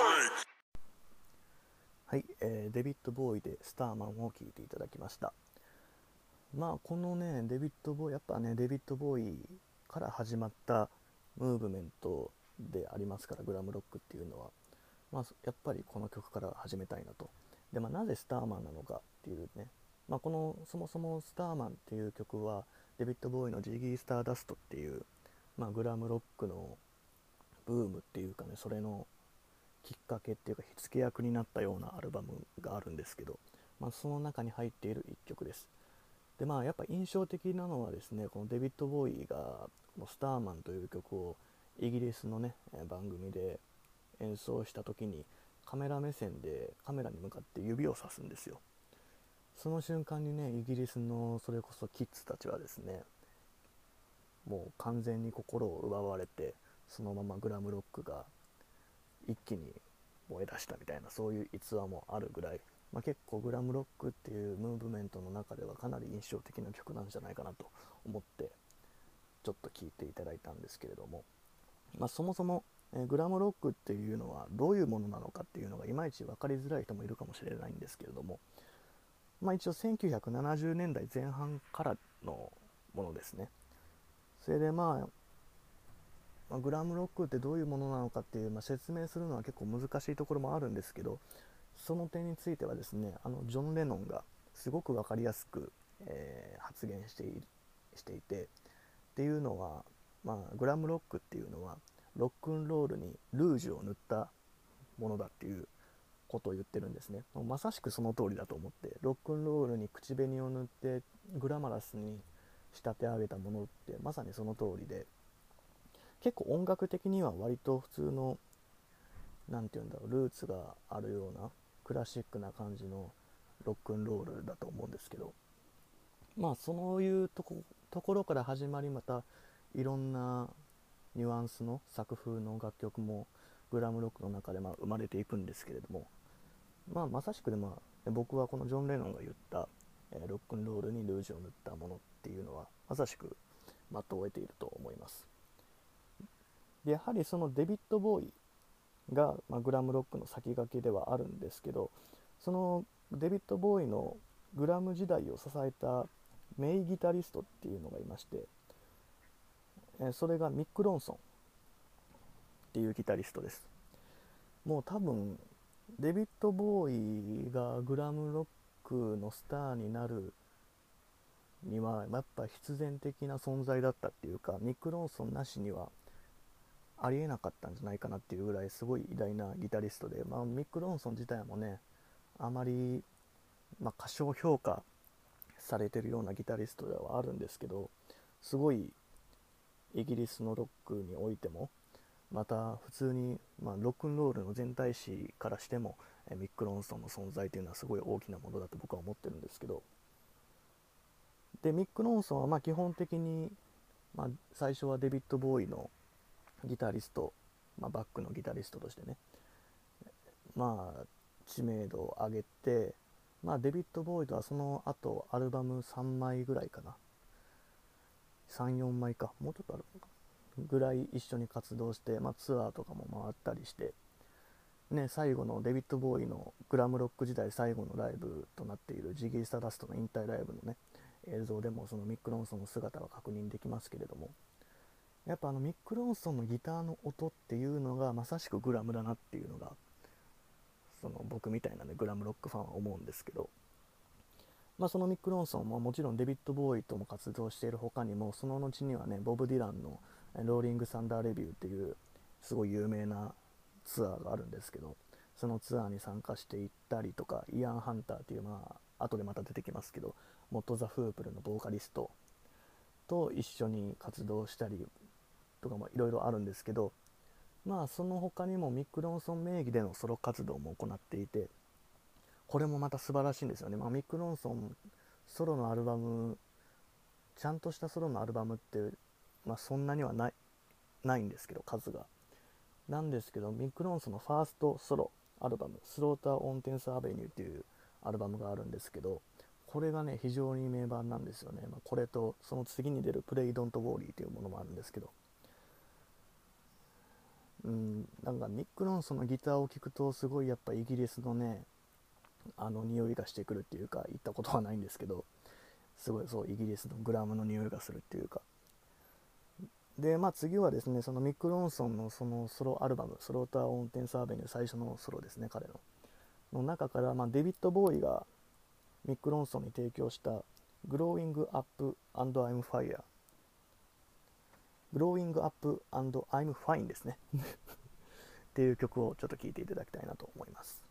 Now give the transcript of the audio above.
はい、デビッド・ボーイでスターマンを聴いていただきました。まあこのねデビッド・ボーイ、やっぱねデビッド・ボーイから始まったムーブメントでありますから、グラムロックっていうのは、やっぱりこの曲から始めたいなと。で、なぜスターマンなのかっていうね、このそもそもスターマンっていう曲はデビッド・ボーイのジギー・スターダストっていう、グラムロックのブームっていうかね、それのきっかけっていうか火付け役になったようなアルバムがあるんですけど、その中に入っている一曲です。で、やっぱ印象的なのはですね、このデビッド・ボーイがこのスターマンという曲をイギリスのね番組で演奏した時にカメラ目線でカメラに向かって指をさすんですよ。その瞬間にね、イギリスのそれこそキッズたちはですね、もう完全に心を奪われて、そのままグラムロックが一気に燃え出したみたいな、そういう逸話もあるぐらい、結構グラムロックっていうムーブメントの中ではかなり印象的な曲なんじゃないかなと思ってちょっと聴いていただいたんですけれども、そもそもグラムロックっていうのはどういうものなのかっていうのがいまいち分かりづらい人もいるかもしれないんですけれども、一応1970年代前半からのものですね。それでグラムロックってどういうものなのかっていう、説明するのは結構難しいところもあるんですけど、その点についてはですね、ジョン・レノンがすごく分かりやすく、発言していて、っていうのは、グラムロックっていうのはロックンロールにルージュを塗ったものだっていうことを言ってるんですね。まさしくその通りだと思って、ロックンロールに口紅を塗ってグラマラスに仕立て上げたものってまさにその通りで、結構音楽的には割と普通の、なんていうんだろう、ルーツがあるようなクラシックな感じのロックンロールだと思うんですけど、そういうところから始まり、またいろんなニュアンスの作風の楽曲もグラムロックの中で生まれていくんですけれども、まさしくで、僕はこのジョン・レノンが言った、ロックンロールにルージュを塗ったものっていうのはまさしく的を得ていると思います。で、やはりそのデビッド・ボーイが、グラムロックの先駆けではあるんですけど、そのデビッド・ボーイのグラム時代を支えたメイギタリストっていうのがいまして、それがミック・ロンソンっていうギタリストです。もう多分デビッド・ボーイがグラムロックのスターになるにはやっぱ必然的な存在だったっていうか、ミック・ロンソンなしにはありえなかったんじゃないかなっていうぐらいすごい偉大なギタリストで、ミック・ロンソン自体もね、あまり、過小評価されてるようなギタリストではあるんですけど、すごいイギリスのロックにおいても、また普通に、ロックンロールの全体史からしてもミック・ロンソンの存在というのはすごい大きなものだと僕は思ってるんですけど、でミック・ロンソンは基本的に、最初はデビッド・ボーイのギタリスト、バックのギタリストとしてね、知名度を上げて、デビッド・ボーイとはその後アルバム3枚ぐらいかな、3、4枚か、もうちょっとあるのかぐらい一緒に活動して、ツアーとかも回ったりして、最後のデビッド・ボーイのグラムロック時代最後のライブとなっているジギー・スターダストの引退ライブのね映像でもそのミック・ロンソンの姿は確認できますけれども、やっぱミック・ロンソンのギターの音っていうのがまさしくグラムだなっていうのが、その僕みたいなねグラムロックファンは思うんですけど、そのミック・ロンソンももちろんデビッド・ボーイとも活動している他にも、その後にはねボブ・ディランのローリング・サンダー・レビューっていうすごい有名なツアーがあるんですけど、そのツアーに参加していったりとか、イアン・ハンターっていう、後でまた出てきますけどモット・ザ・フープルのボーカリストと一緒に活動したりとかもいろいろあるんですけど、その他にもミック・ロンソン名義でのソロ活動も行っていて、これもまた素晴らしいんですよね。ミック・ロンソンソロのアルバム、ちゃんとしたソロのアルバムって、そんなにはないんですけど、数がなんですけど、ミック・ロンソンのファーストソロアルバムスローター・オン・テンス・アベニューっていうアルバムがあるんですけど、これがね非常に名盤なんですよね。これとその次に出るプレイ・ドント・ウォーリーというものもあるんですけど、 なんかニック・ロンソンのギターを聴くとすごいやっぱイギリスのね匂いがしてくるっていうか、行ったことはないんですけど、すごいそうイギリスのグラムの匂いがするっていうか。で次はですね、そのミック・ロンソンのそのソロアルバム「スローター・オン・テンス・アベニュー」最初のソロですね、彼の中から、デビッド・ボーイがミック・ロンソンに提供した「グローイング・アップ・アンド・アイム・ファイヤー」グローイング・アップ・アンド・アイム・ファインですねっていう曲をちょっと聴いていただきたいなと思います。